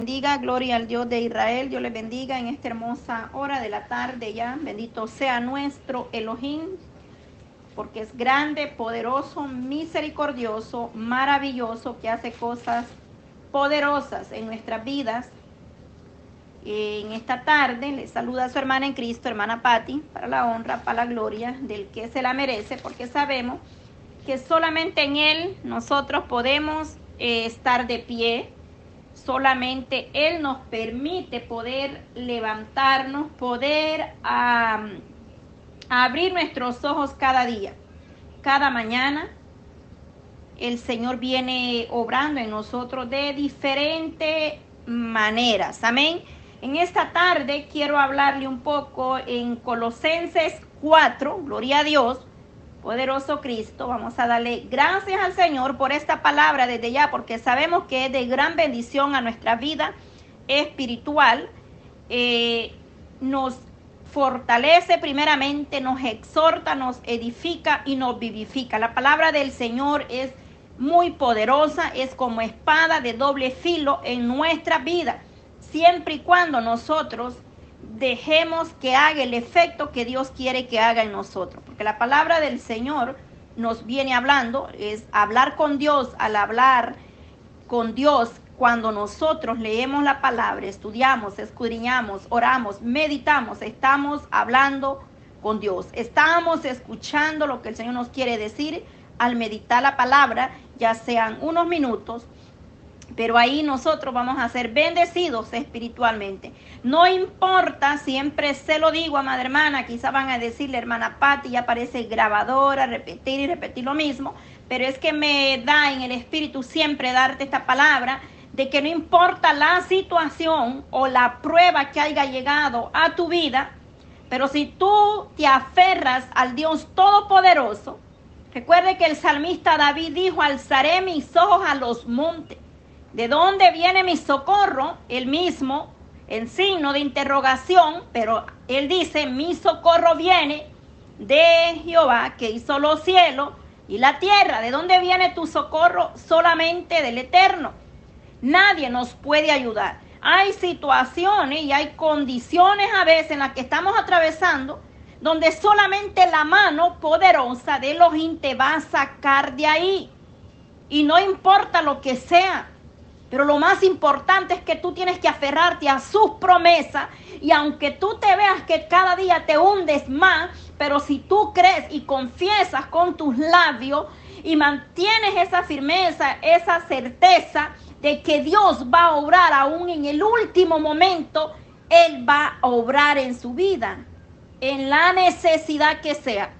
Bendiga, gloria al Dios de Israel. Dios les bendiga en esta hermosa hora de la tarde ya. Bendito sea nuestro Elohim, porque es grande, poderoso, misericordioso, maravilloso, que hace cosas poderosas en nuestras vidas. En esta tarde les saluda a su hermana en Cristo, hermana Patti, para la honra, para la gloria del que se la merece, porque sabemos que solamente en Él nosotros podemos estar de pie. Solamente Él nos permite poder levantarnos, poder abrir nuestros ojos cada día, cada mañana. El Señor viene obrando en nosotros de diferentes maneras. Amén. En esta tarde quiero hablarle un poco en Colosenses 4, gloria a Dios, poderoso Cristo. Vamos a darle gracias al Señor por esta palabra desde ya, porque sabemos que es de gran bendición a nuestra vida espiritual. Nos fortalece primeramente, nos exhorta, nos edifica y nos vivifica. La palabra del Señor es muy poderosa, es como espada de doble filo en nuestra vida, siempre y cuando nosotros dejemos que haga el efecto que Dios quiere que haga en nosotros. Porque la palabra del Señor nos viene hablando, es hablar con Dios. Al hablar con Dios, cuando nosotros leemos la palabra, estudiamos, escudriñamos, oramos, meditamos, estamos hablando con Dios. Estamos escuchando lo que el Señor nos quiere decir al meditar la palabra, ya sean unos minutos, pero ahí nosotros vamos a ser bendecidos espiritualmente. No importa, siempre se lo digo, amada hermana, quizá van a decirle, hermana Patti, ya parece grabadora, repetir y repetir lo mismo, pero es que me da en el espíritu siempre darte esta palabra, de que no importa la situación o la prueba que haya llegado a tu vida, pero si tú te aferras al Dios Todopoderoso, recuerde que el salmista David dijo, alzaré mis ojos a los montes. ¿De dónde viene mi socorro? Él mismo, en signo de interrogación, pero él dice, mi socorro viene de Jehová, que hizo los cielos y la tierra. ¿De dónde viene tu socorro? Solamente del Eterno. Nadie nos puede ayudar. Hay situaciones y hay condiciones a veces en las que estamos atravesando, donde solamente la mano poderosa de Elohim te va a sacar de ahí. Y no importa lo que sea. Pero lo más importante es que tú tienes que aferrarte a sus promesas, y aunque tú te veas que cada día te hundes más, pero si tú crees y confiesas con tus labios y mantienes esa firmeza, esa certeza de que Dios va a obrar aún en el último momento, Él va a obrar en su vida, en la necesidad que sea.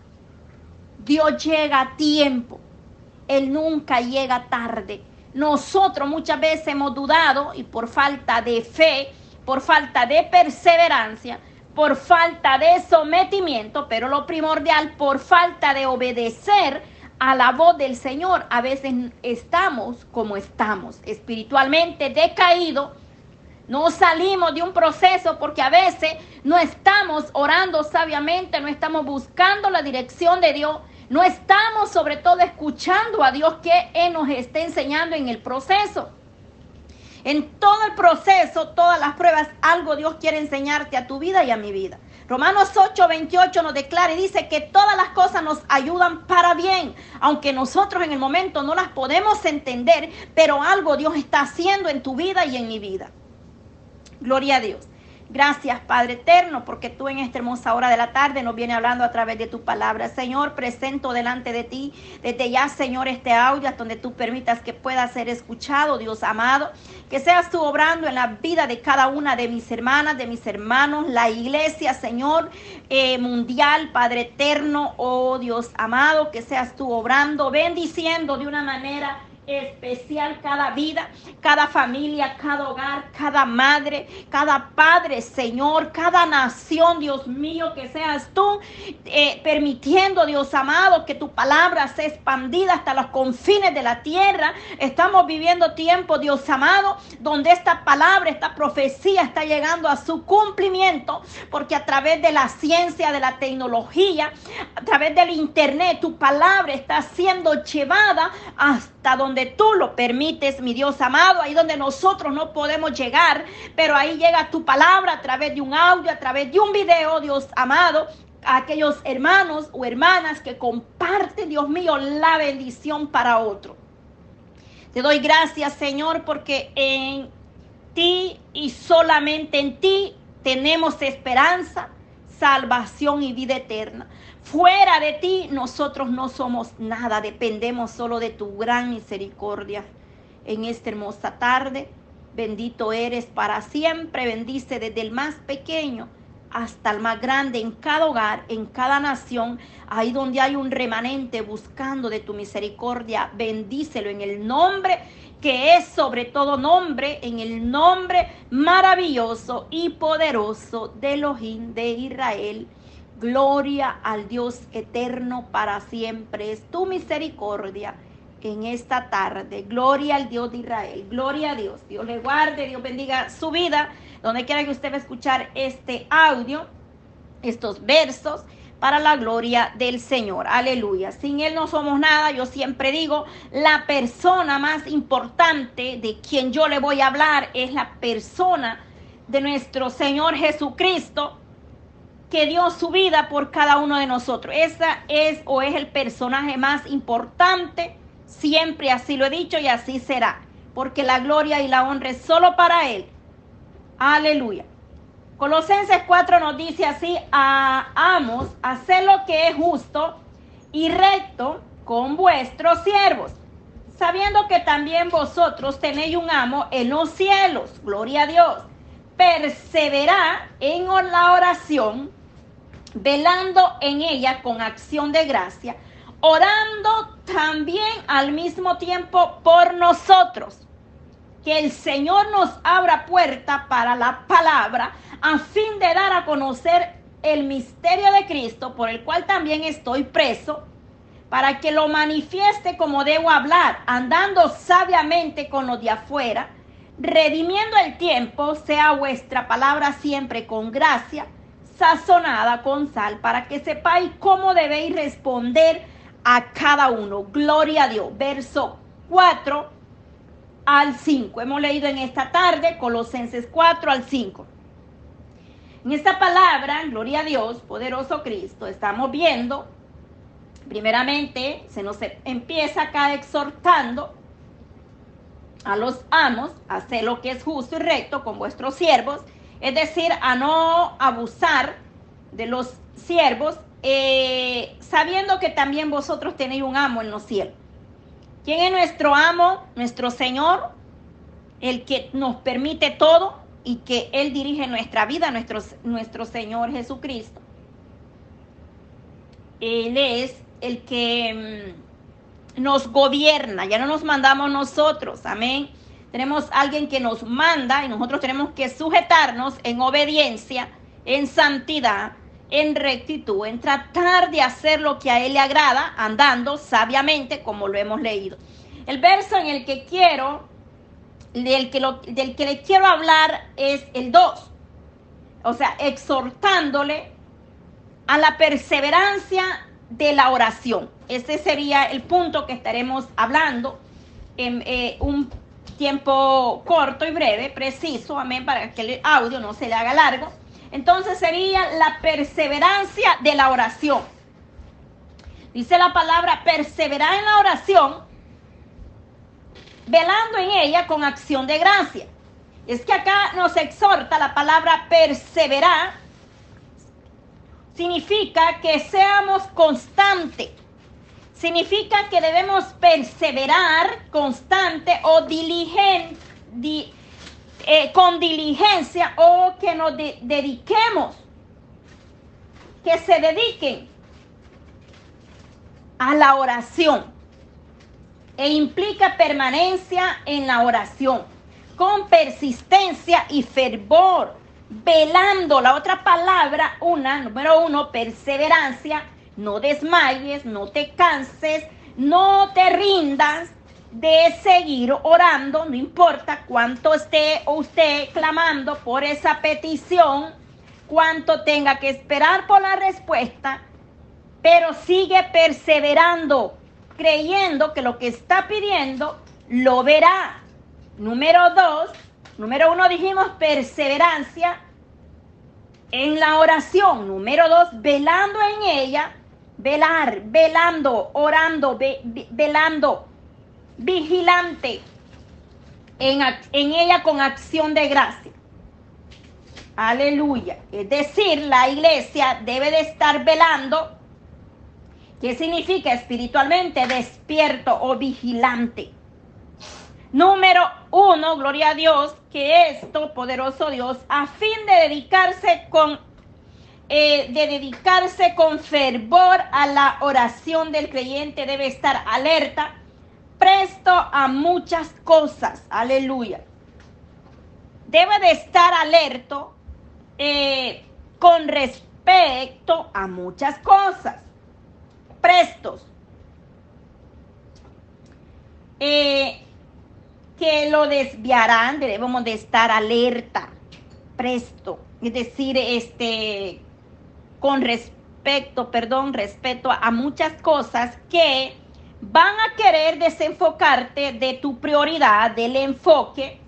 Dios llega a tiempo, Él nunca llega tarde. Nosotros muchas veces hemos dudado, y por falta de fe, por falta de perseverancia, por falta de sometimiento, pero lo primordial, por falta de obedecer a la voz del Señor, a veces estamos como estamos, espiritualmente decaídos. No salimos de un proceso porque a veces no estamos orando sabiamente, no estamos buscando la dirección de Dios. No estamos sobre todo escuchando a Dios que Él nos está enseñando en el proceso. En todo el proceso, todas las pruebas, algo Dios quiere enseñarte a tu vida y a mi vida. Romanos 8:28 nos declara y dice que todas las cosas nos ayudan para bien, aunque nosotros en el momento no las podemos entender, pero algo Dios está haciendo en tu vida y en mi vida. Gloria a Dios. Gracias, Padre eterno, porque tú en esta hermosa hora de la tarde nos viene hablando a través de tu palabra. Señor, presento delante de ti, desde ya, Señor, este audio, hasta donde tú permitas que pueda ser escuchado, Dios amado. Que seas tú obrando en la vida de cada una de mis hermanas, de mis hermanos, la iglesia, Señor, mundial, Padre eterno, oh Dios amado, que seas tú obrando, bendiciendo de una manera especial cada vida, cada familia, cada hogar, cada madre, cada padre, Señor, cada nación, Dios mío, que seas tú permitiendo, Dios amado, que tu palabra sea expandida hasta los confines de la tierra. Estamos viviendo tiempo, Dios amado, donde esta palabra, esta profecía está llegando a su cumplimiento, porque a través de la ciencia, de la tecnología, a través del internet, tu palabra está siendo llevada hasta donde donde tú lo permites, mi Dios amado, ahí donde nosotros no podemos llegar, pero ahí llega tu palabra a través de un audio, a través de un video, Dios amado, a aquellos hermanos o hermanas que comparten, Dios mío, la bendición para otro. Te doy gracias, Señor, porque en ti y solamente en ti tenemos esperanza, salvación y vida eterna. Fuera de ti nosotros no somos nada, dependemos solo de tu gran misericordia. En esta hermosa tarde, bendito eres para siempre, bendice desde el más pequeño hasta el más grande, en cada hogar, en cada nación, ahí donde hay un remanente buscando de tu misericordia, bendícelo en el nombre que es sobre todo nombre, en el nombre maravilloso y poderoso de Elohim de Israel. Gloria al Dios eterno para siempre. Es tu misericordia en esta tarde. Gloria al Dios de Israel. Gloria a Dios. Dios le guarde, Dios bendiga su vida. Donde quiera que usted va a escuchar este audio, estos versos, para la gloria del Señor. Aleluya. Sin Él no somos nada. Yo siempre digo, la persona más importante de quien yo le voy a hablar es la persona de nuestro Señor Jesucristo, que dio su vida por cada uno de nosotros. Esa es o es el personaje más importante. Siempre así lo he dicho y así será. Porque la gloria y la honra es solo para Él. Aleluya. Colosenses 4 nos dice así: amos, haced lo que es justo y recto con vuestros siervos, sabiendo que también vosotros tenéis un amo en los cielos. Gloria a Dios. Perseverad en la oración, velando en ella con acción de gracia, orando también al mismo tiempo por nosotros. Que el Señor nos abra puerta para la palabra, a fin de dar a conocer el misterio de Cristo, por el cual también estoy preso, para que lo manifieste como debo hablar, andando sabiamente con los de afuera, redimiendo el tiempo, sea vuestra palabra siempre con gracia, sazonada con sal, para que sepáis cómo debéis responder a cada uno. Gloria a Dios. Verso 4 al 5. Hemos leído en esta tarde Colosenses 4 al 5. En esta palabra, gloria a Dios, poderoso Cristo, estamos viendo, primeramente, se nos empieza acá exhortando a los amos a hacer lo que es justo y recto con vuestros siervos, es decir, a no abusar de los siervos, sabiendo que también vosotros tenéis un amo en los cielos. ¿Quién es nuestro amo? Nuestro Señor, el que nos permite todo y que Él dirige nuestra vida, nuestro Señor Jesucristo. Él es el que nos gobierna, ya no nos mandamos nosotros, amén. Tenemos alguien que nos manda y nosotros tenemos que sujetarnos en obediencia, en santidad, en rectitud, en tratar de hacer lo que a Él le agrada, andando sabiamente como lo hemos leído. El verso en el que del que le quiero hablar es el 2. O sea, exhortándole a la perseverancia de la oración. Ese sería el punto que estaremos hablando en un tiempo corto y breve, preciso, amén, para que el audio no se le haga largo. Entonces sería la perseverancia de la oración. Dice la palabra: perseverar en la oración, velando en ella con acción de gracia. Es que acá nos exhorta la palabra perseverar. Significa que seamos constantes. Significa que debemos perseverar constante o con diligencia, o que nos dediquemos, que se dediquen a la oración, e implica permanencia en la oración con persistencia y fervor, velando. La otra palabra, número 1, perseverancia. No desmayes, no te canses, no te rindas de seguir orando, no importa cuánto esté usted clamando por esa petición, cuánto tenga que esperar por la respuesta, pero sigue perseverando, creyendo que lo que está pidiendo lo verá. Número uno dijimos perseverancia en la oración. Número 2, velando en ella. Velando, orando, velando, vigilante en ella con acción de gracia. Aleluya. Es decir, la iglesia debe de estar velando. ¿Qué significa espiritualmente? Despierto o vigilante. Número 1, gloria a Dios, que esto, poderoso Dios, a fin de dedicarse con fervor a la oración del creyente, debe estar alerta, presto a muchas cosas. Aleluya. Debe de estar alerto con respecto a muchas cosas. Prestos. Que lo desviarán, debemos de estar alerta, presto, es decir, con respecto a muchas cosas que van a querer desenfocarte de tu prioridad, del enfoque,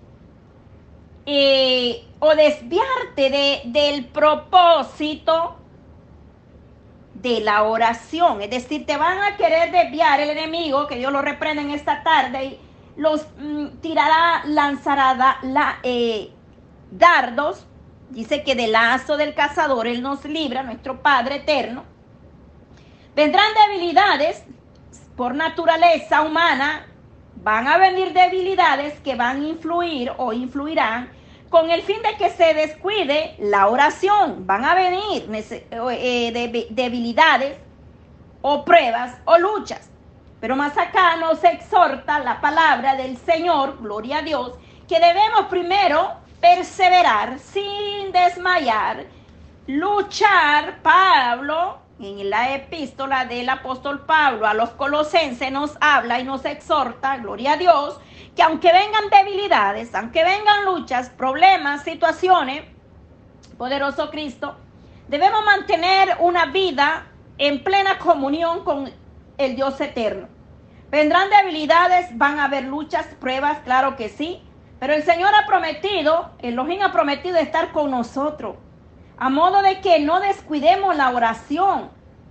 o desviarte del propósito de la oración. Es decir, te van a querer desviar el enemigo, que Dios lo reprenda en esta tarde, y los lanzará dardos. Dice que del lazo del cazador Él nos libra, nuestro Padre eterno. Vendrán debilidades por naturaleza humana. Van a venir debilidades que van a influir o influirán con el fin de que se descuide la oración. Van a venir debilidades o pruebas o luchas. Pero más acá nos exhorta la palabra del Señor, gloria a Dios, que debemos primero perseverar sin desmayar, luchar. Pablo, en la epístola del apóstol Pablo a los colosenses, nos habla y nos exhorta, gloria a Dios, que aunque vengan debilidades, aunque vengan luchas, problemas, situaciones, poderoso Cristo, debemos mantener una vida en plena comunión con el Dios eterno. Vendrán debilidades, van a haber luchas, pruebas, claro que sí, pero el Señor ha prometido, Elohim ha prometido estar con nosotros, a modo de que no descuidemos la oración,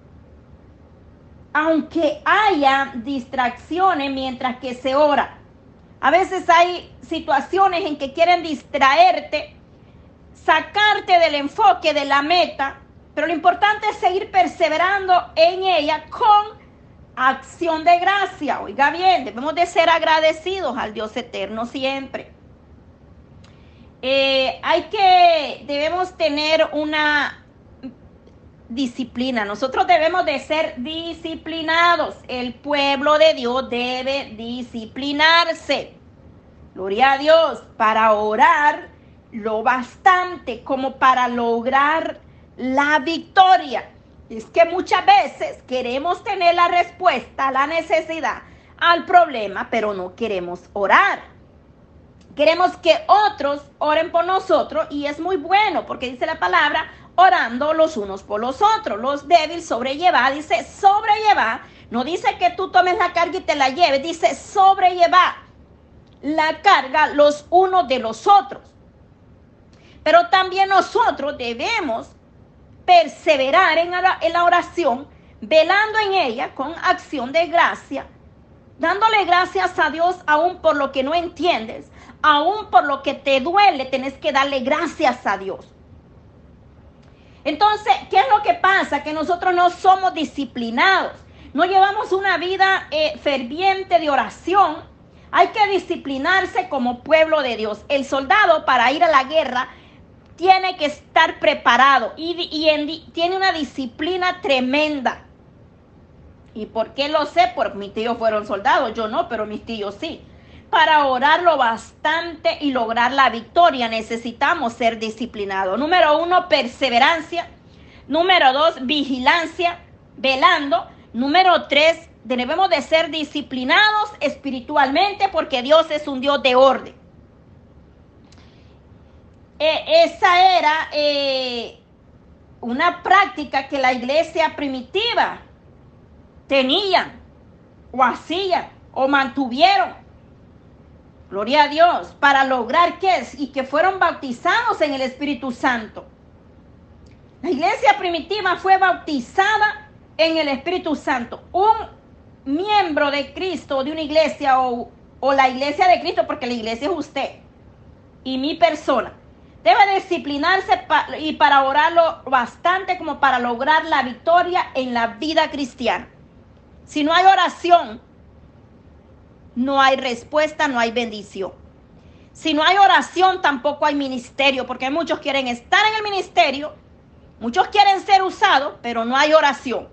aunque haya distracciones mientras que se ora. A veces hay situaciones en que quieren distraerte, sacarte del enfoque de la meta, pero lo importante es seguir perseverando en ella con acción de gracia. Oiga bien, debemos de ser agradecidos al Dios eterno siempre. Debemos tener una disciplina. Nosotros debemos de ser disciplinados. El pueblo de Dios debe disciplinarse. Gloria a Dios, para orar lo bastante como para lograr la victoria. Es que muchas veces queremos tener la respuesta a la necesidad, al problema, pero no queremos orar. Queremos que otros oren por nosotros y es muy bueno porque dice la palabra, orando los unos por los otros. Los débiles sobrellevar, dice sobrellevar. No dice que tú tomes la carga y te la lleves, dice sobrellevar la carga los unos de los otros. Pero también nosotros debemos perseverar en la oración, velando en ella con acción de gracia, dándole gracias a Dios aún por lo que no entiendes, aún por lo que te duele, tenés que darle gracias a Dios. Entonces, ¿qué es lo que pasa? Que nosotros no somos disciplinados, no llevamos una vida ferviente de oración. Hay que disciplinarse como pueblo de Dios. El soldado para ir a la guerra tiene que estar preparado y tiene una disciplina tremenda. ¿Y por qué lo sé? Porque mis tíos fueron soldados, yo no, pero mis tíos sí. Para orar lo bastante y lograr la victoria necesitamos ser disciplinados. Número 1, perseverancia. Número 2, vigilancia, velando. Número 3, debemos de ser disciplinados espiritualmente porque Dios es un Dios de orden. Esa era una práctica que la iglesia primitiva tenían o hacían o mantuvieron. Gloria a Dios. ¿Para lograr qué? Y que fueron bautizados en el Espíritu Santo. La iglesia primitiva fue bautizada en el Espíritu Santo. Un miembro de Cristo, de una iglesia o la iglesia de Cristo, porque la iglesia es usted y mi persona, debe disciplinarse y para orarlo bastante como para lograr la victoria en la vida cristiana. Si no hay oración, no hay respuesta, no hay bendición. Si no hay oración, tampoco hay ministerio, porque muchos quieren estar en el ministerio, muchos quieren ser usados, pero no hay oración.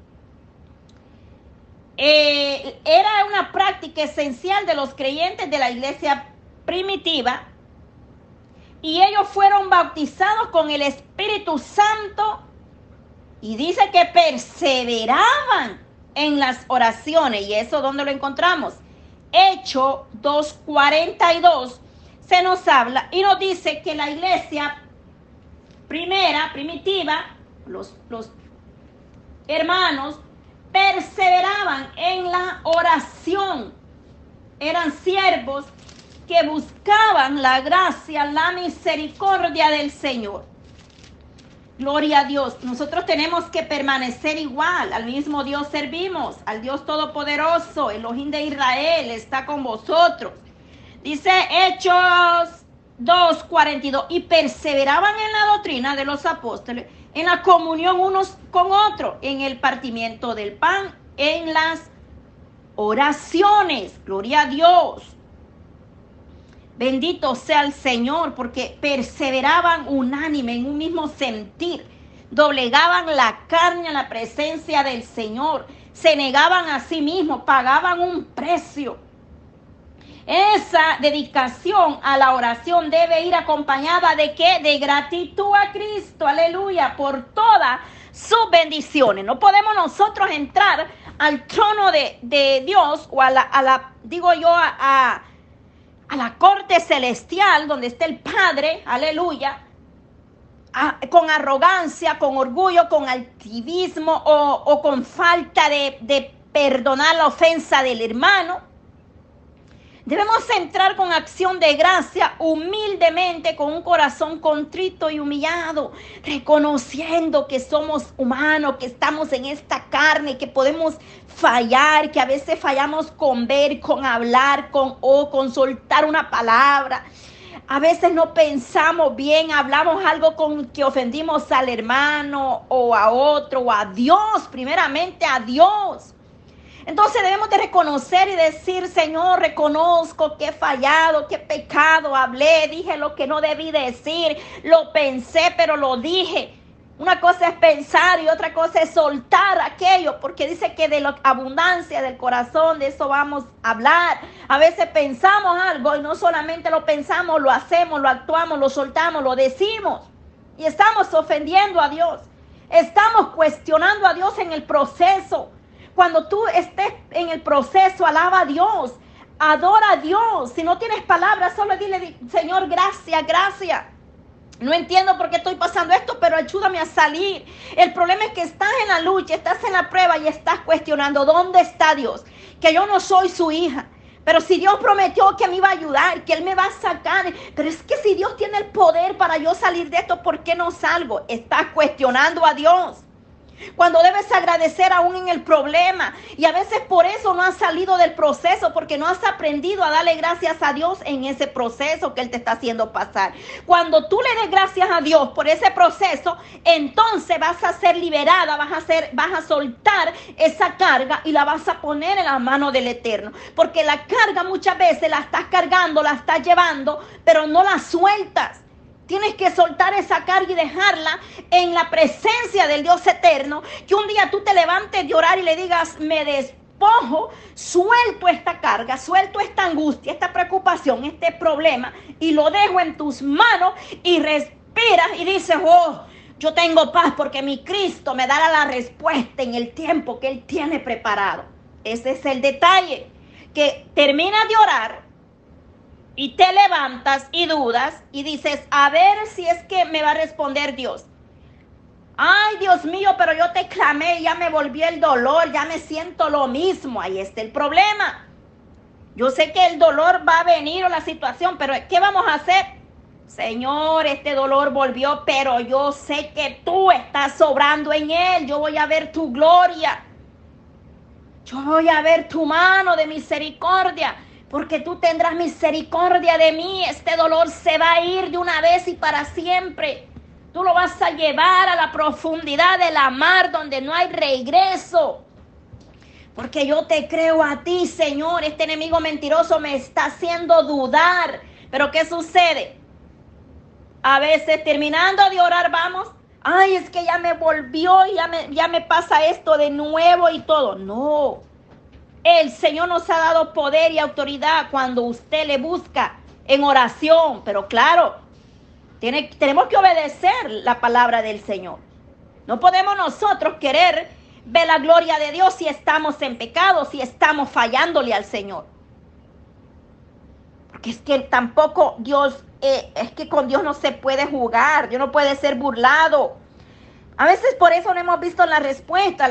Era una práctica esencial de los creyentes de la iglesia primitiva, y ellos fueron bautizados con el Espíritu Santo, y dice que perseveraban en las oraciones. ¿Y eso dónde lo encontramos? Hechos 2:42 se nos habla y nos dice que la iglesia primitiva, los hermanos perseveraban en la oración. Eran siervos que buscaban la gracia, la misericordia del Señor. Gloria a Dios. Nosotros tenemos que permanecer igual. Al mismo Dios servimos, al Dios Todopoderoso. Elohim de Israel está con vosotros. Dice Hechos 2:42. Y perseveraban en la doctrina de los apóstoles, en la comunión unos con otros, en el partimiento del pan, en las oraciones. Gloria a Dios. Bendito sea el Señor, porque perseveraban unánime en un mismo sentir. Doblegaban la carne en la presencia del Señor. Se negaban a sí mismos, pagaban un precio. Esa dedicación a la oración debe ir acompañada ¿de qué? De gratitud a Cristo, aleluya, por todas sus bendiciones. No podemos nosotros entrar al trono de Dios o a la corte celestial donde está el Padre, aleluya, con arrogancia, con orgullo, con altivismo o con falta de perdonar la ofensa del hermano. Debemos entrar con acción de gracia, humildemente, con un corazón contrito y humillado, reconociendo que somos humanos, que estamos en esta carne, que podemos fallar, que a veces fallamos con ver, con hablar, con soltar una palabra. A veces no pensamos bien, hablamos algo con que ofendimos al hermano o a otro o a Dios, primeramente a Dios. Entonces debemos de reconocer y decir, Señor, reconozco que he fallado, que he pecado, hablé, dije lo que no debí decir, lo pensé, pero lo dije. Una cosa es pensar y otra cosa es soltar aquello, porque dice que de la abundancia del corazón, de eso vamos a hablar. A veces pensamos algo y no solamente lo pensamos, lo hacemos, lo actuamos, lo soltamos, lo decimos. Y estamos ofendiendo a Dios. Estamos cuestionando a Dios en el proceso. Cuando tú estés en el proceso, alaba a Dios, adora a Dios. Si no tienes palabras, solo dile, Señor, gracias, gracias. No entiendo por qué estoy pasando esto, pero ayúdame a salir. El problema es que estás en la lucha, estás en la prueba y estás cuestionando, ¿dónde está Dios? Que yo no soy su hija. Pero si Dios prometió que me iba a ayudar, que Él me va a sacar. Pero es que si Dios tiene el poder para yo salir de esto, ¿por qué no salgo? Estás cuestionando a Dios. Cuando debes agradecer aún en el problema. Y a veces por eso no has salido del proceso, porque no has aprendido a darle gracias a Dios en ese proceso que Él te está haciendo pasar. Cuando tú le des gracias a Dios por ese proceso, entonces vas a ser liberada, vas a soltar esa carga y la vas a poner en la mano del Eterno. Porque la carga muchas veces la estás cargando, la estás llevando, pero no la sueltas. Tienes que soltar esa carga y dejarla en la presencia del Dios eterno. Que un día tú te levantes de orar y le digas, me despojo, suelto esta carga, suelto esta angustia, esta preocupación, este problema y lo dejo en tus manos y respiras y dices, oh, yo tengo paz porque mi Cristo me dará la respuesta en el tiempo que Él tiene preparado. Ese es el detalle, que terminas de orar y te levantas y dudas y dices, a ver si es que me va a responder Dios. Ay, Dios mío, pero yo te clamé, ya me volvió el dolor, ya me siento lo mismo. Ahí está el problema. Yo sé que el dolor va a venir o la situación, pero ¿qué vamos a hacer? Señor, este dolor volvió, pero yo sé que tú estás sobrando en él. Yo voy a ver tu gloria. Yo voy a ver tu mano de misericordia, porque tú tendrás misericordia de mí. Este dolor se va a ir de una vez y para siempre. Tú lo vas a llevar a la profundidad de la mar donde no hay regreso. Porque yo te creo a ti, Señor. Este enemigo mentiroso me está haciendo dudar. Pero ¿qué sucede? A veces terminando de orar vamos, ay, es que ya me volvió y ya me pasa esto de nuevo y todo. No, el Señor nos ha dado poder y autoridad cuando usted le busca en oración. Pero claro, tenemos que obedecer la palabra del Señor. No podemos nosotros querer ver la gloria de Dios si estamos en pecado, si estamos fallándole al Señor. Porque es que tampoco Dios, es que con Dios no se puede jugar, Dios no puede ser burlado. A veces por eso no hemos visto la respuesta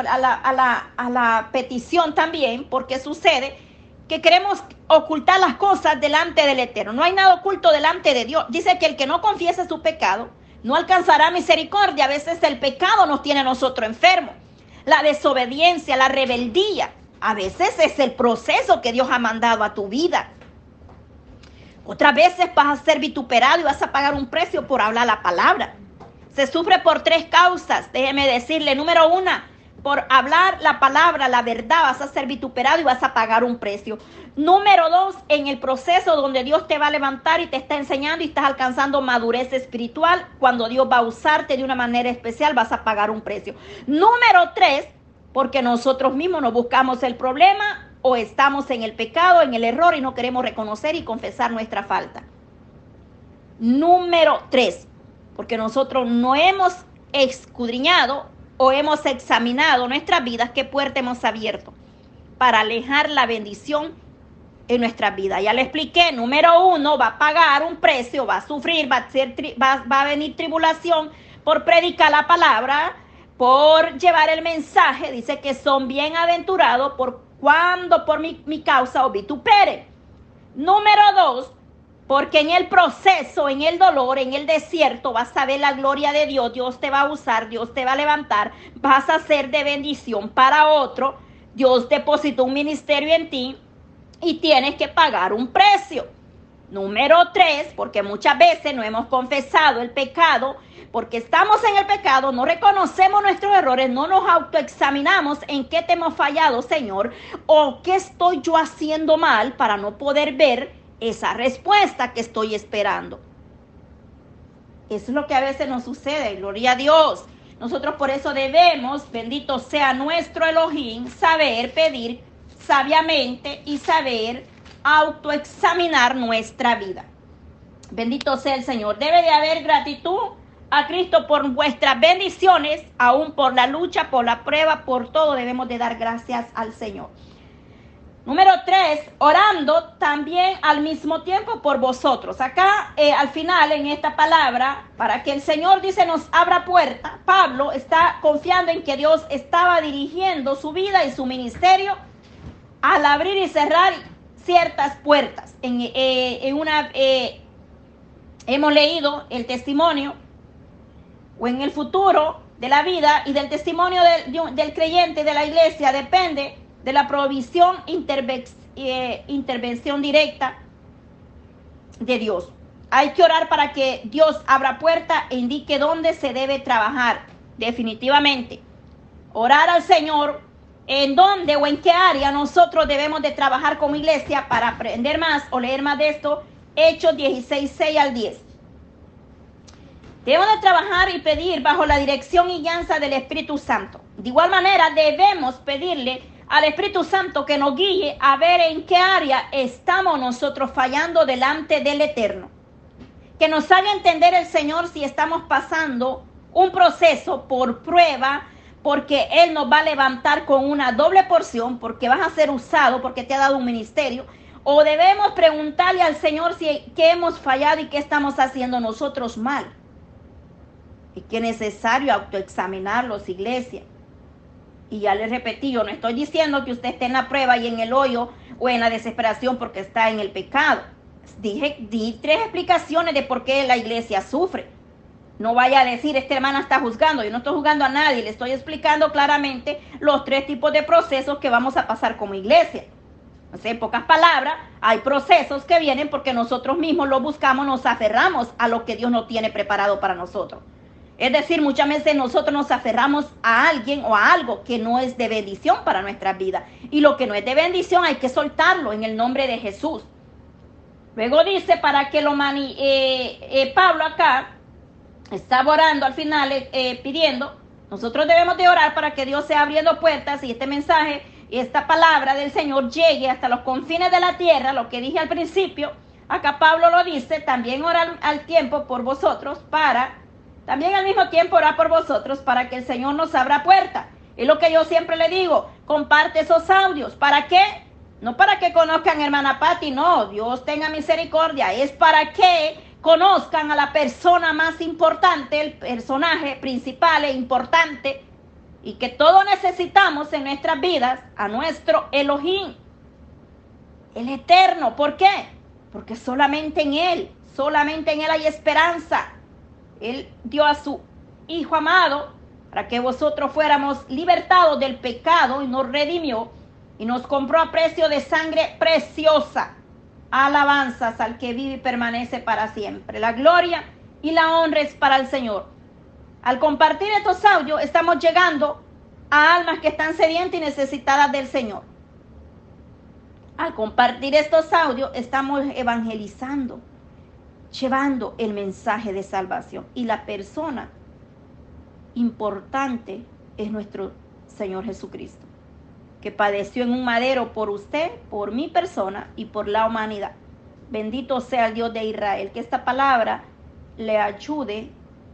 a la petición también, porque sucede que queremos ocultar las cosas delante del Eterno. No hay nada oculto delante de Dios. Dice que el que no confiese su pecado no alcanzará misericordia. A veces el pecado nos tiene a nosotros enfermos. La desobediencia, la rebeldía, a veces es el proceso que Dios ha mandado a tu vida. Otras veces vas a ser vituperado y vas a pagar un precio por hablar la palabra. Se sufre por 3 causas, déjeme decirle. Número 1, por hablar la palabra, la verdad, vas a ser vituperado y vas a pagar un precio. Número 2, en el proceso donde Dios te va a levantar y te está enseñando y estás alcanzando madurez espiritual, cuando Dios va a usarte de una manera especial, vas a pagar un precio. Número 3, porque nosotros mismos nos buscamos el problema o estamos en el pecado, en el error y no queremos reconocer y confesar nuestra falta. Número 3, porque nosotros no hemos escudriñado o hemos examinado nuestras vidas, qué puerta hemos abierto para alejar la bendición en nuestras vidas. Ya le expliqué. Número 1, va a pagar un precio, va a sufrir, va a venir tribulación por predicar la palabra, por llevar el mensaje. Dice que son bienaventurados cuando por mi causa os vituperen. Número 2, porque en el proceso, en el dolor, en el desierto, vas a ver la gloria de Dios. Dios te va a usar, Dios te va a levantar, vas a ser de bendición para otro. Dios depositó un ministerio en ti y tienes que pagar un precio. Número 3, porque muchas veces no hemos confesado el pecado, porque estamos en el pecado, no reconocemos nuestros errores, no nos autoexaminamos en qué te hemos fallado, Señor, o qué estoy yo haciendo mal para no poder ver esa respuesta que estoy esperando. Eso es lo que a veces nos sucede, gloria a Dios. Nosotros por eso debemos, bendito sea nuestro Elohim, saber pedir sabiamente y saber autoexaminar nuestra vida. Bendito sea el Señor. Debe de haber gratitud a Cristo por vuestras bendiciones, aún por la lucha, por la prueba, por todo debemos de dar gracias al Señor. Número 3, orando también al mismo tiempo por vosotros. Acá al final en esta palabra, para que el Señor dice nos abra puerta, Pablo está confiando en que Dios estaba dirigiendo su vida y su ministerio al abrir y cerrar ciertas puertas. Hemos leído el testimonio o en el futuro de la vida y del testimonio del creyente de la iglesia depende de la provisión, intervención directa de Dios. Hay que orar para que Dios abra puerta e indique dónde se debe trabajar. Definitivamente. Orar al Señor en dónde o en qué área nosotros debemos de trabajar como iglesia para aprender más o leer más de esto. Hechos 16, 6 al 10. Debemos de trabajar y pedir bajo la dirección y guianza del Espíritu Santo. De igual manera debemos pedirle al Espíritu Santo que nos guíe a ver en qué área estamos nosotros fallando delante del Eterno. Que nos haga entender el Señor si estamos pasando un proceso por prueba, porque Él nos va a levantar con una doble porción, porque vas a ser usado, porque te ha dado un ministerio. O debemos preguntarle al Señor qué hemos fallado y qué estamos haciendo nosotros mal. Es que es necesario autoexaminarlos, iglesia. Y ya les repetí, yo no estoy diciendo que usted esté en la prueba y en el hoyo o en la desesperación porque está en el pecado. Di 3 explicaciones de por qué la iglesia sufre. No vaya a decir, esta hermana está juzgando. Yo no estoy juzgando a nadie, le estoy explicando claramente los 3 tipos de procesos que vamos a pasar como iglesia. O sea, en pocas palabras, hay procesos que vienen porque nosotros mismos los buscamos, nos aferramos a lo que Dios no tiene preparado para nosotros. Es decir, muchas veces nosotros nos aferramos a alguien o a algo que no es de bendición para nuestras vidas. Y lo que no es de bendición hay que soltarlo en el nombre de Jesús. Luego dice, para que Pablo acá está orando al final, pidiendo, nosotros debemos de orar para que Dios sea abriendo puertas y este mensaje y esta palabra del Señor llegue hasta los confines de la tierra, lo que dije al principio. Acá Pablo lo dice, también orar al tiempo por vosotros también al mismo tiempo orar por vosotros para que el Señor nos abra puerta. Es lo que yo siempre le digo, comparte esos audios. ¿Para qué? No para que conozcan a hermana Patti, no, Dios tenga misericordia. Es para que conozcan a la persona más importante, el personaje principal e importante, y que todos necesitamos en nuestras vidas, a nuestro Elohim, el eterno. ¿Por qué? Porque solamente en Él hay esperanza. Él dio a su Hijo amado para que vosotros fuéramos libertados del pecado y nos redimió y nos compró a precio de sangre preciosa. Alabanzas al que vive y permanece para siempre. La gloria y la honra es para el Señor. Al compartir estos audios estamos llegando a almas que están sedientas y necesitadas del Señor. Al compartir estos audios estamos evangelizando, llevando el mensaje de salvación. Y la persona importante es nuestro Señor Jesucristo, que padeció en un madero por usted, por mi persona y por la humanidad. Bendito sea el Dios de Israel. Que esta palabra le ayude,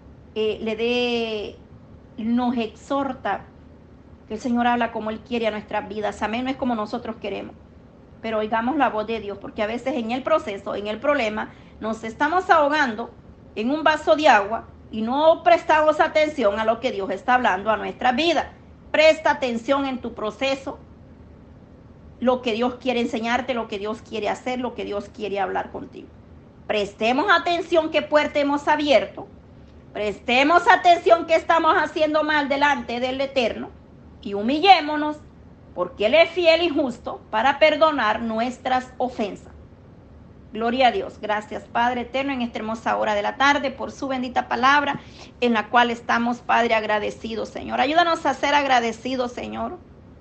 nos exhorta, que el Señor habla como Él quiere a nuestras vidas. Amén, no es como nosotros queremos. Pero oigamos la voz de Dios, porque a veces en el proceso, en el problema, nos estamos ahogando en un vaso de agua y no prestamos atención a lo que Dios está hablando a nuestra vida. Presta atención en tu proceso, lo que Dios quiere enseñarte, lo que Dios quiere hacer, lo que Dios quiere hablar contigo. Prestemos atención qué puerta hemos abierto, prestemos atención qué estamos haciendo mal delante del Eterno y humillémonos, porque Él es fiel y justo para perdonar nuestras ofensas. Gloria a Dios. Gracias, Padre eterno, en esta hermosa hora de la tarde por su bendita palabra en la cual estamos, Padre, agradecidos, Señor. Ayúdanos a ser agradecidos, Señor.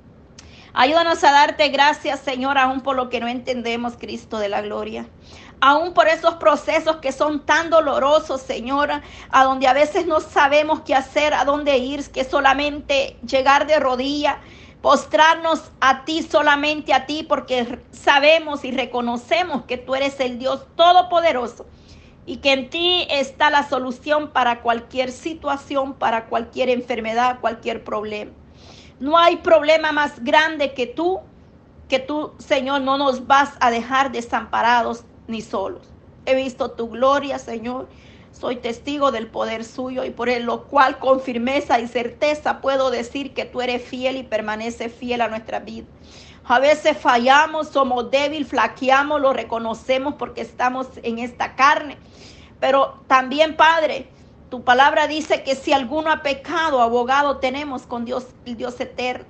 Ayúdanos a darte gracias, Señor, aún por lo que no entendemos, Cristo de la gloria. Aún por esos procesos que son tan dolorosos, Señor, a donde a veces no sabemos qué hacer, a dónde ir, que solamente llegar de rodillas, postrarnos a ti, solamente a ti, porque sabemos y reconocemos que tú eres el Dios todopoderoso y que en ti está la solución para cualquier situación, para cualquier enfermedad, cualquier problema. No hay problema más grande que tú, Señor, no nos vas a dejar desamparados ni solos. He visto tu gloria, Señor. Soy testigo del poder suyo y por lo cual con firmeza y certeza puedo decir que tú eres fiel y permaneces fiel a nuestra vida. A veces fallamos, somos débiles, flaqueamos, lo reconocemos porque estamos en esta carne. Pero también, Padre, tu palabra dice que si alguno ha pecado, abogado tenemos con Dios, el Dios eterno,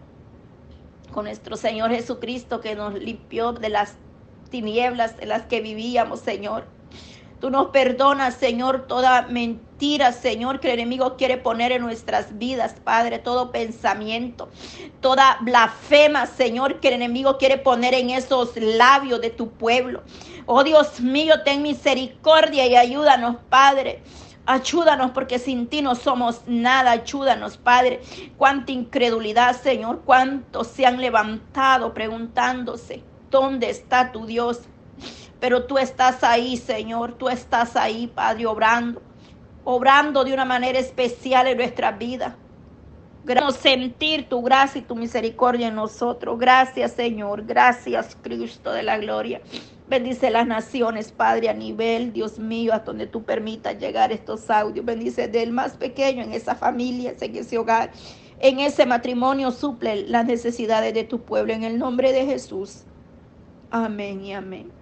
con nuestro Señor Jesucristo, que nos limpió de las tinieblas en las que vivíamos, Señor. Tú nos perdonas, Señor, toda mentira, Señor, que el enemigo quiere poner en nuestras vidas, Padre. Todo pensamiento, toda blasfema, Señor, que el enemigo quiere poner en esos labios de tu pueblo. Oh, Dios mío, ten misericordia y ayúdanos, Padre. Ayúdanos porque sin ti no somos nada. Ayúdanos, Padre. Cuánta incredulidad, Señor. Cuántos se han levantado preguntándose, ¿dónde está tu Dios? Pero tú estás ahí, Señor, tú estás ahí, Padre, obrando de una manera especial en nuestras vidas. Queremos sentir tu gracia y tu misericordia en nosotros. Gracias, Señor, gracias, Cristo de la gloria. Bendice las naciones, Padre, a nivel, Dios mío, hasta donde tú permitas llegar estos audios. Bendice del más pequeño en esa familia, en ese hogar, en ese matrimonio, suple las necesidades de tu pueblo en el nombre de Jesús. Amén y amén.